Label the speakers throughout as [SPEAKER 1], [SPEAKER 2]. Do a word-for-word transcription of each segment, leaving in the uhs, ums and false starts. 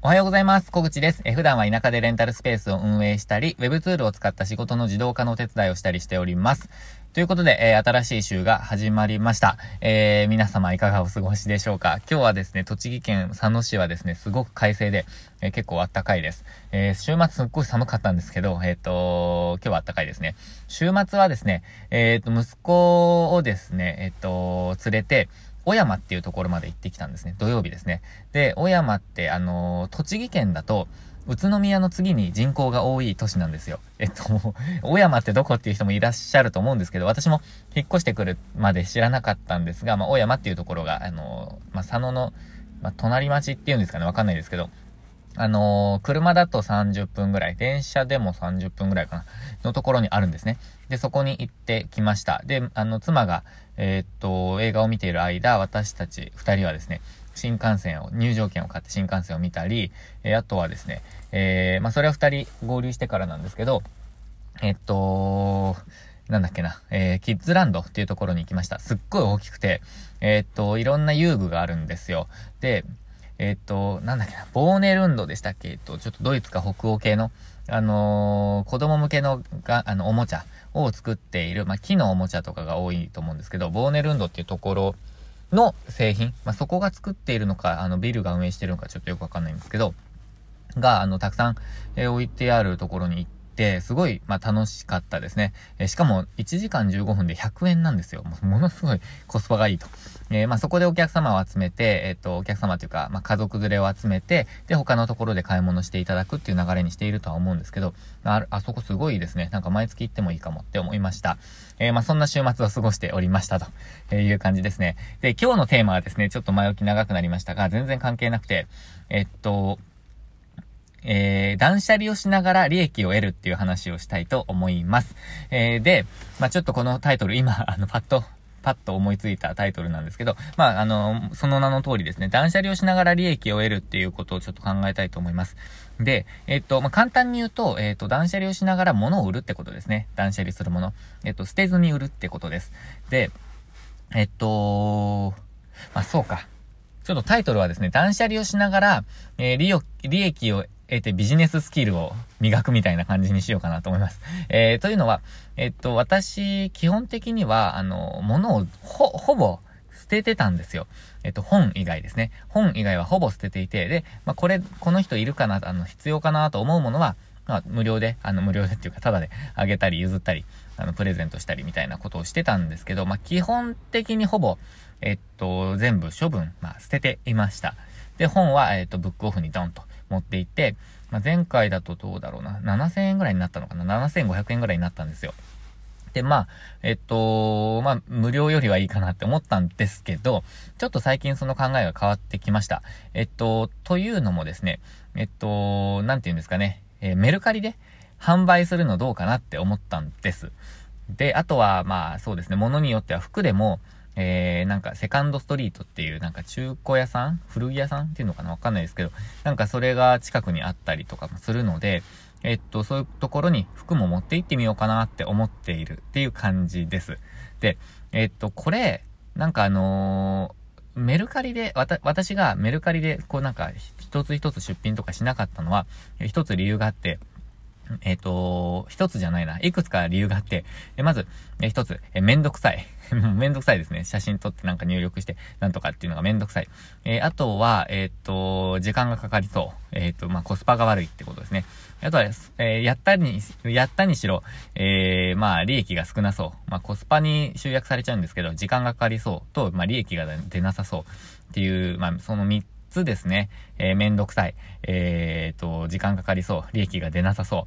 [SPEAKER 1] おはようございます。小口です。え普段は田舎でレンタルスペースを運営したり、ウェブツールを使った仕事の自動化のお手伝いをしたりしております。ということで、えー、新しい週が始まりました。えー、皆様いかがお過ごしでしょうか。今日はですね、栃木県佐野市はですね、すごく快晴で、えー、結構暖かいです。えー、週末すっごい寒かったんですけど、えっと、今日は暖かいですね。週末はですね、えっと、息子をですね、えっと、連れて、小山っていうところまで行ってきたんですね。土曜日ですね。で、小山って、あのー、栃木県だと、宇都宮の次に人口が多い都市なんですよ。えっと、小山ってどこっていう人もいらっしゃると思うんですけど、私も引っ越してくるまで知らなかったんですが、まあ、小山っていうところが、あのー、まあ、佐野の、まあ、隣町っていうんですかね、わかんないですけど、あのー、車だとさんじゅっぷんぐらい、電車でもさんじゅっぷんぐらいかな、のところにあるんですね。で、そこに行ってきました。で、あの、妻が、えー、っと、映画を見ている間、私たち二人はですね、新幹線を、入場券を買って新幹線を見たり、えー、あとはですね、えー、まあ、それは二人合流してからなんですけど、えー、っと、なんだっけな、えー、キッズランドっていうところに行きました。すっごい大きくて、えー、っと、いろんな遊具があるんですよ。で、えっと、なんだっけな、ボーネルンドでしたっけえっと、ちょっとドイツか北欧系の、あのー、子供向けのが、あの、おもちゃを作っている、まあ、木のおもちゃとかが多いと思うんですけど、ボーネルンドっていうところの製品、まあ、そこが作っているのか、あの、ビルが運営しているのかちょっとよくわかんないんですけど、が、あの、たくさん、えー置いてあるところに行って、すごい、まあ、楽しかったですね。えーしかも、いちじかんじゅうごふんでひゃくえんなんですよ。もうものすごいコスパがいいと。えーまあ、そこでお客様を集めて、えっと、お客様というか、まあ、家族連れを集めて、で、他のところで買い物していただくっていう流れにしているとは思うんですけど、あ、あそこすごいですね。なんか毎月行ってもいいかもって思いました。えーまあ、そんな週末を過ごしておりましたという感じですね。で、今日のテーマはですね、ちょっと前置き長くなりましたが、全然関係なくて、えっと、えー、断捨離をしながら利益を得るっていう話をしたいと思います。えー、で、まあ、ちょっとこのタイトル、今、あの、パッと、パッと思いついたタイトルなんですけど、まあ、あの、その名の通りですね、断捨離をしながら利益を得るっていうことをちょっと考えたいと思います。で、えっと、まあ、簡単に言うと、えっと、断捨離をしながら物を売るってことですね。断捨離するもの。えっと、捨てずに売るってことです。で、えっと、まあ、そうか。ちょっとタイトルはですね、断捨離をしながら、えー、利益、利益を得てビジネススキルを磨くみたいな感じにしようかなと思います。えー、というのは、えっと、私、基本的には、あの、物をほ、ほぼ捨ててたんですよ。えっと、本以外ですね。本以外はほぼ捨てていて、で、まあ、これ、この人いるかな、あの、必要かなと思うものは、まあ、無料で、あの、無料でっていうか、ただであげたり、譲ったり、あの、プレゼントしたりみたいなことをしてたんですけど、まあ、基本的にほぼ、えっと、全部処分、まあ、捨てていました。で、本は、えっと、ブックオフにドンと持っていって、まあ、前回だとどうだろうな、ななせんえんぐらいになったのかな、ななせんごひゃくえんぐらいになったんですよ。で、まあ、えっと、まあ、無料よりはいいかなって思ったんですけど、ちょっと最近その考えが変わってきました。えっと、というのもですね、えっと、なんて言うんですかね、えーメルカリで販売するのどうかなって思ったんです。で、あとは、まあ、そうですね、物によっては服でも、えー、なんかセカンドストリートっていうなんか中古屋さん古着屋さんっていうのかなわかんないですけど、なんかそれが近くにあったりとかもするので、えっと、そういうところに服も持って行ってみようかなって思っているっていう感じです。で、えっと、これ、なんかあのーメルカリで、わた、私がメルカリで、こうなんか、一つ一つ出品とかしなかったのは、一つ理由があって、えっと、一つじゃないな。いくつか理由があって、えまず、え一つ、えめんどくさい。めんどくさいですね。写真撮ってなんか入力して、なんとかっていうのがめんどくさい。えーあとは、えっと、時間がかかりそう。えっと、まあ、コスパが悪いってことですね。あとは、えーやったに、やったにしろ、えー、まあ、利益が少なそう。まあ、コスパに集約されちゃうんですけど、時間がかかりそうと、まあ、利益が出なさそうっていう、まあ、そのみっつですね。えー、めんどくさい。えーと、時間かかりそう。利益が出なさそう。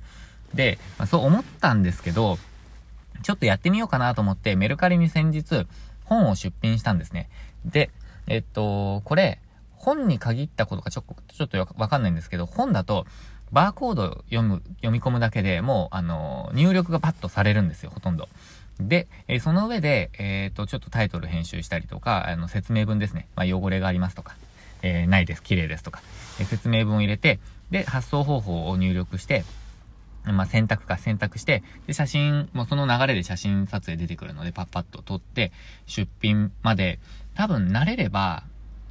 [SPEAKER 1] で、まあ、そう思ったんですけど、ちょっとやってみようかなと思って、メルカリに先日、本を出品したんですね。で、えっと、これ、本に限ったことかちょっと、ちょっとわかんないんですけど、本だと、バーコードを読む、読み込むだけでもう、あの、入力がパッとされるんですよ、ほとんど。で、えーその上で、えっと、ちょっとタイトル編集したりとか、あの、説明文ですね。まあ、汚れがありますとか、えーないです、綺麗ですとか、えー説明文を入れて、で、発送方法を入力して、まあ、選択か選択して、で、写真、もうその流れで写真撮影出てくるので、パッパッと撮って、出品まで、多分慣れれば、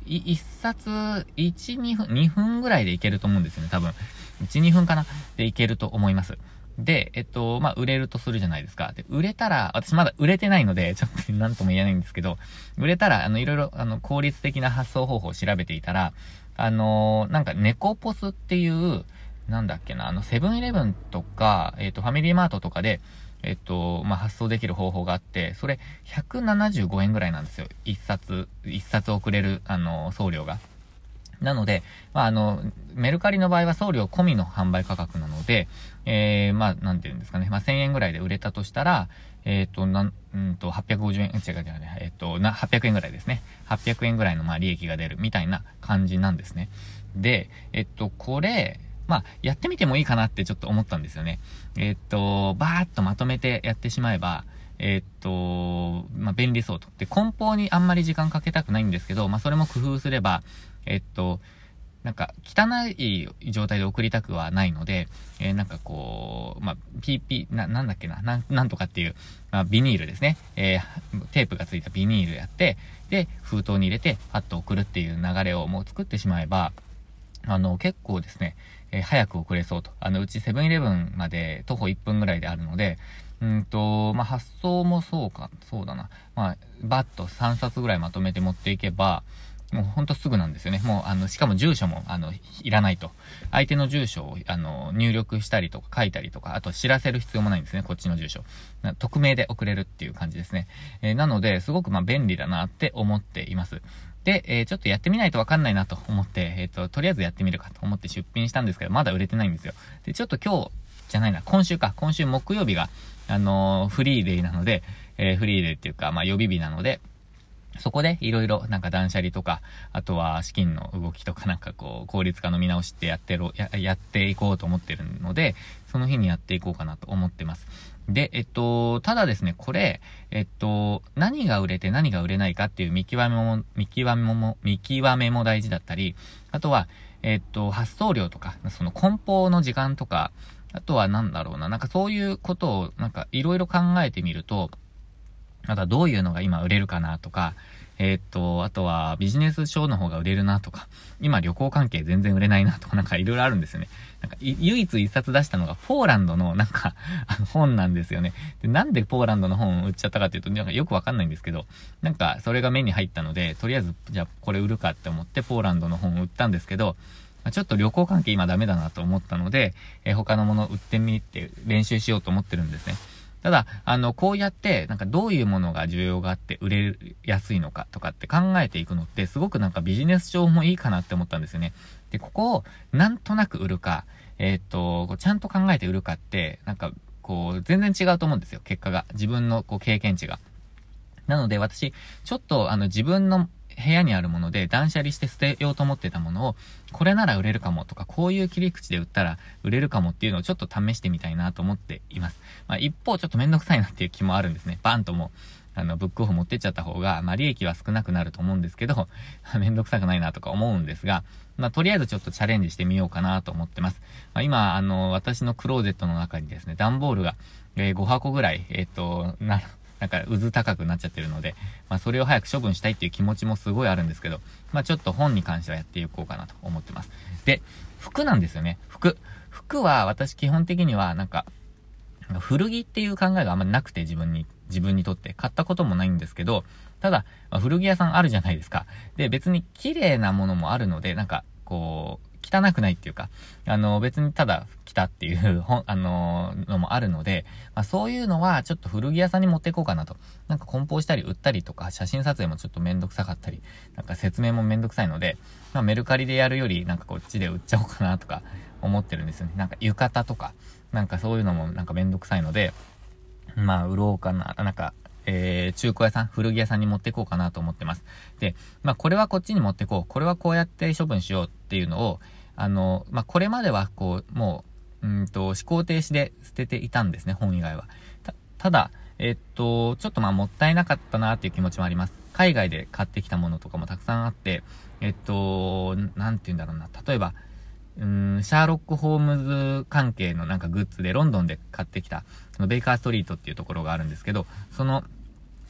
[SPEAKER 1] い一冊、一、二分、二分ぐらいでいけると思うんですよね、多分。一、二分かなでいけると思います。で、えっと、まあ、売れるとするじゃないですか。で、売れたら、私まだ売れてないので、ちょっと何とも言えないんですけど、売れたら、あの、いろいろ、あの、効率的な発送方法を調べていたら、あのー、なんか、ネコポスっていう、なんだっけな、あの、セブンイレブンとか、えっと、ファミリーマートとかで、えっと、まあ、発送できる方法があって、それ、ひゃくななじゅうごえんぐらいなんですよ。一冊、一冊送れる、あの、送料が。なので、まあ、あの、メルカリの場合は送料込みの販売価格なので、えー、まあ、なんていうんですかね。まあ、せんえんぐらいで売れたとしたら、えっと、なん、うんと、はっぴゃくごじゅうえん、違う違う、えっと、な、はっぴゃくえんぐらいですね。はっぴゃくえんぐらいの、まあ、利益が出るみたいな感じなんですね。で、えっと、これ、まあ、やってみてもいいかなってちょっと思ったんですよね。えっと、バーっとまとめてやってしまえば、えっと、まあ、便利そうと。で、梱包にあんまり時間かけたくないんですけど、まあ、それも工夫すれば、えっと、なんか、汚い状態で送りたくはないので、えー、なんかこう、まあ、ピーピー、な、なんだっけな、なん、なんとかっていう、まあ、ビニールですね。えー、テープがついたビニールやって、で、封筒に入れて、パッと送るっていう流れをもう作ってしまえば、あの、結構ですね、えー、早く送れそうと。あの、うちセブンイレブンまで徒歩いっぷんぐらいであるので、うんと、まあ、発送もそうか、そうだな。まあ、バッとさんさつぐらいまとめて持っていけば、もうほんとすぐなんですよね。もう、あの、しかも住所も、あの、いらないと。相手の住所を、あの、入力したりとか書いたりとか、あと知らせる必要もないんですね、こっちの住所。匿名で送れるっていう感じですね。えー、なので、すごくまあ便利だなって思っています。で、えー、ちょっとやってみないとわかんないなと思って、えっと、とりあえずやってみるかと思って出品したんですけど、まだ売れてないんですよ。で、ちょっと今日、じゃないな、今週か、今週木曜日が、あのー、フリーデーなので、えー、フリーデーっていうか、まあ予備日なので、そこでいろいろなんか断捨離とか、あとは資金の動きとかなんかこう、効率化の見直しってやってろ、や、やっていこうと思ってるので、その日にやっていこうかなと思ってます。で、えっと、ただですね、これ、えっと、何が売れて何が売れないかっていう見極めも、見極めも、見極めも大事だったり、あとは、えっと、発送量とか、その梱包の時間とか、あとはなんだろうな、なんかそういうことをなんかいろいろ考えてみると、あとはどういうのが今売れるかなとか、えー、っと、あとはビジネス書の方が売れるなとか、今旅行関係全然売れないなとかなんかいろいろあるんですよね。なんか唯一一冊出したのがポーランドのなんかあの本なんですよね。で、なんでポーランドの本を売っちゃったかっていうと、なんかよくわかんないんですけど、なんかそれが目に入ったので、とりあえずじゃあこれ売るかって思ってポーランドの本を売ったんですけど、ちょっと旅行関係今ダメだなと思ったので、えー、他のものを売ってみて練習しようと思ってるんですね。ただ、あの、こうやって、なんかどういうものが需要があって売れやすいのかとかって考えていくのって、すごくなんかビジネス上もいいかなって思ったんですよね。で、ここをなんとなく売るか、えー、っと、ちゃんと考えて売るかって、なんか、こう、全然違うと思うんですよ、結果が。自分のこう経験値が。なので私、ちょっとあの自分の部屋にあるもので断捨離して捨てようと思ってたものを、これなら売れるかもとか、こういう切り口で売ったら売れるかもっていうのをちょっと試してみたいなと思っています。まあ一方ちょっとめんどくさいなっていう気もあるんですね。バーンともう、あの、ブックオフ持ってっちゃった方が、まあ利益は少なくなると思うんですけど、めんどくさくないなとか思うんですが、まあとりあえずちょっとチャレンジしてみようかなと思ってます。まあ今、あの、私のクローゼットの中にですね、段ボールが、えー、ごはこぐらい、えっと、な、なんか渦高くなっちゃってるので、まあそれを早く処分したいっていう気持ちもすごいあるんですけど、まあちょっと本に関してはやっていこうかなと思ってます。で、服なんですよね。服。服は私基本的にはなんか、古着っていう考えがあんまりなくて自分に、自分にとって買ったこともないんですけど、ただ、まあ、古着屋さんあるじゃないですか。で、別に綺麗なものもあるので、なんか、こう、汚くないっていうか、あの、別にただ来たっていう本、あの、のもあるので、まあそういうのはちょっと古着屋さんに持っていこうかなと。なんか梱包したり売ったりとか、写真撮影もちょっとめんどくさかったり、なんか説明もめんどくさいので、まあメルカリでやるより、なんかこっちで売っちゃおうかなとか思ってるんですよね。なんか浴衣とか、なんかそういうのもなんかめんどくさいので、まあ売ろうかな、なんか、えー、中古屋さん、古着屋さんに持っていこうかなと思ってます。で、まあこれはこっちに持ってこう、これはこうやって処分しようっていうのを、あの、まあこれまではこう、もう、うんと、思考停止で捨てていたんですね、本以外は。た、ただ、えー、っと、ちょっとまあもったいなかったなっていう気持ちもあります。海外で買ってきたものとかもたくさんあって、えっと、なんて言うんだろうな、例えば、うーん、シャーロック・ホームズ関係のなんかグッズでロンドンで買ってきた、そのベイカーストリートっていうところがあるんですけど、その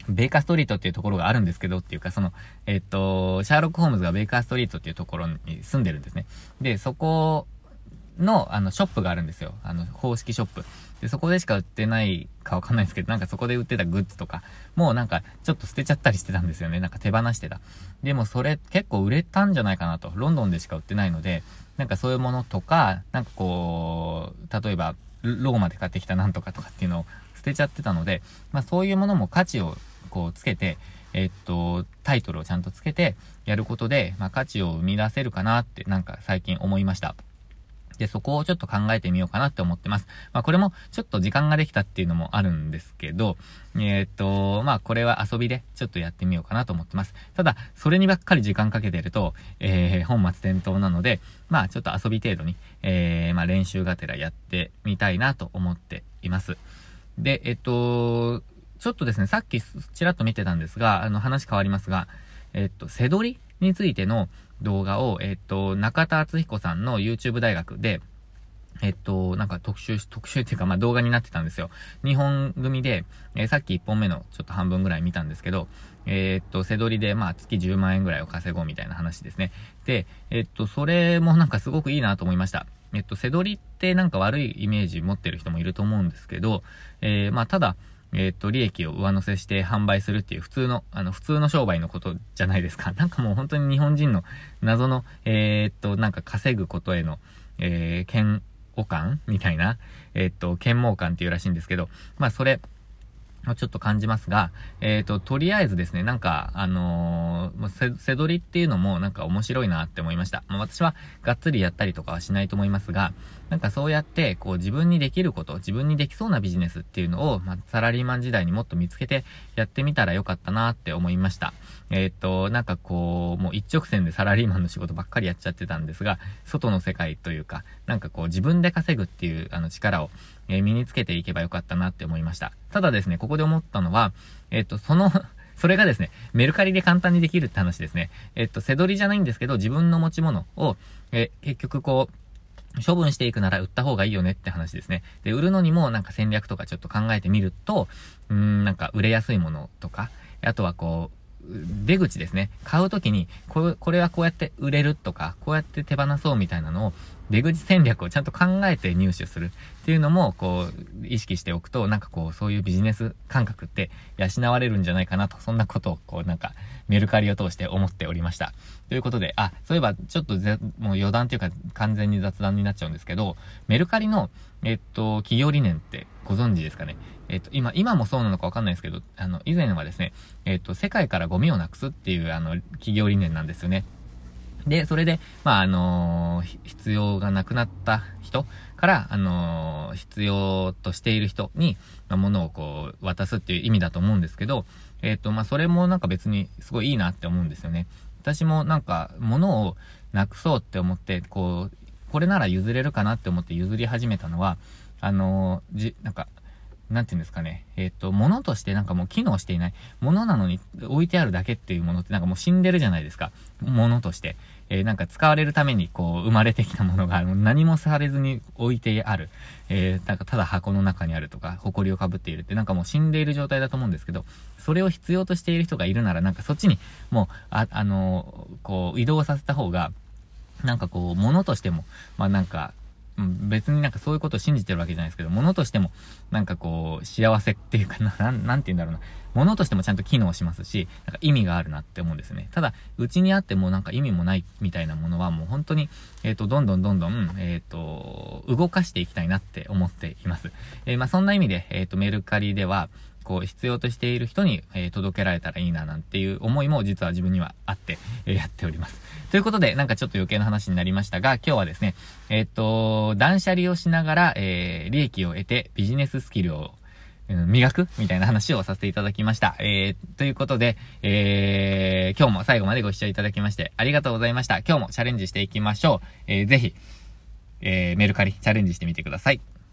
[SPEAKER 1] ベイカーストリートっていうところがあるんですけどっていうか、その、えっと、シャーロック・ホームズがベイカーストリートっていうところに住んでるんですね。で、そこの、あの、ショップがあるんですよ。あの、公式ショップ。で、そこでしか売ってないかわかんないですけど、なんかそこで売ってたグッズとか、もうなんか、ちょっと捨てちゃったりしてたんですよね。なんか手放してた。でもそれ結構売れたんじゃないかなと。ロンドンでしか売ってないので、なんかそういうものとか、なんかこう、例えば、ローマで買ってきたなんとかとかっていうのを捨てちゃってたので、まあそういうものも価値をこうつけて、えっと、タイトルをちゃんとつけてやることで、まあ価値を生み出せるかなってなんか最近思いました。で、そこをちょっと考えてみようかなって思ってます。まあこれもちょっと時間ができたっていうのもあるんですけど、えー、っと、まあこれは遊びでちょっとやってみようかなと思ってます。ただ、それにばっかり時間かけてると、えー、本末転倒なので、まあちょっと遊び程度に、えー、まあ練習がてらやってみたいなと思っています。で、えっと、ちょっとですね、さっきちらっと見てたんですが、あの話変わりますが、えっと、背取りについての動画を、えっと、中田敦彦さんの YouTube 大学で、えっと、なんか特集、特集っていうか、まあ、動画になってたんですよ。にほん組で、えー、さっきいっぽんめのちょっと半分ぐらい見たんですけど、えー、っと、背取りで、まあ、月じゅうまんえんぐらいを稼ごうみたいな話ですね。で、えっと、それもなんかすごくいいなと思いました。えっと、背取りってなんか悪いイメージ持ってる人もいると思うんですけど、えー、まあ、ただ、えっと、利益を上乗せして販売するっていう普通の、あの、普通の商売のことじゃないですか。なんかもう本当に日本人の謎の、えー、っと、なんか稼ぐことへの、えー、嫌悪感みたいな、えー、っと、嫌悪感っていうらしいんですけど、まあ、それ、ちょっと感じますが、えっと、とりあえずですね、なんか、あのー、背取りっていうのもなんか面白いなって思いました。まあ、私はがっつりやったりとかはしないと思いますが、なんかそうやって、こう自分にできること、自分にできそうなビジネスっていうのを、まあ、サラリーマン時代にもっと見つけてやってみたらよかったなって思いました。えっと、なんかこう、もう一直線でサラリーマンの仕事ばっかりやっちゃってたんですが、外の世界というか、なんかこう自分で稼ぐっていうあの力を、えー、身につけていけばよかったなって思いました。ただですね、ここで思ったのは、えっと、その、それがですね、メルカリで簡単にできるって話ですね。えっと、背取りじゃないんですけど、自分の持ち物を、えー、結局こう、処分していくなら売った方がいいよねって話ですね。で、売るのにもなんか戦略とかちょっと考えてみると、うーん、なんか売れやすいものとか、あとはこう、出口ですね。買うときに、これ、これはこうやって売れるとか、こうやって手放そうみたいなのを、出口戦略をちゃんと考えて入手するっていうのも、こう、意識しておくと、なんかこう、そういうビジネス感覚って養われるんじゃないかなと、そんなことを、こう、なんか、メルカリを通して思っておりました。ということで、あ、そういえば、ちょっとぜ、もう余談というか、完全に雑談になっちゃうんですけど、メルカリの、えっと、企業理念ってご存知ですかね。えっと、今、今もそうなのかわかんないですけど、あの、以前はですね、えっと、世界からゴミをなくすっていう、あの、企業理念なんですよね。で、それで、まあ、あのー、必要がなくなった人から、あのー、必要としている人に、まあ、物をこう、渡すっていう意味だと思うんですけど、えっと、まあ、それもなんか別にすごいいいなって思うんですよね。私もなんか、物をなくそうって思って、こう、これなら譲れるかなって思って譲り始めたのは、あのー、じ、なんか、なんていうんですかね。えっと、物としてなんかもう機能していない。物なのに置いてあるだけっていうものってなんかもう死んでるじゃないですか。物として。えー、なんか使われるためにこう生まれてきたものが何もされずに置いてある。えー、なんかただ箱の中にあるとか、埃をかぶっているってなんかもう死んでいる状態だと思うんですけど、それを必要としている人がいるならなんかそっちにもう、あ、あのー、こう移動させた方が、なんかこう物としても、まあなんか、別になんかそういうことを信じてるわけじゃないですけど、物としても、なんかこう、幸せっていうかな、なん、なんて言うんだろうな。物としてもちゃんと機能しますし、なんか意味があるなって思うんですね。ただ、うちにあってもなんか意味もないみたいなものはもう本当に、えっと、どんどんどんどん、えっと、動かしていきたいなって思っています。えー、まあそんな意味で、えっと、メルカリでは、こう必要としている人に、えー、届けられたらいいななんていう思いも実は自分にはあって、えー、やっております。ということで、なんかちょっと余計な話になりましたが、今日はですね、えー、っと、断捨離をしながら、えー、利益を得てビジネススキルを、うん、磨くみたいな話をさせていただきました。えー、ということで、えー、今日も最後までご視聴いただきましてありがとうございました。今日もチャレンジしていきましょう。えー、ぜひ、えー、メルカリチャレンジしてみてください。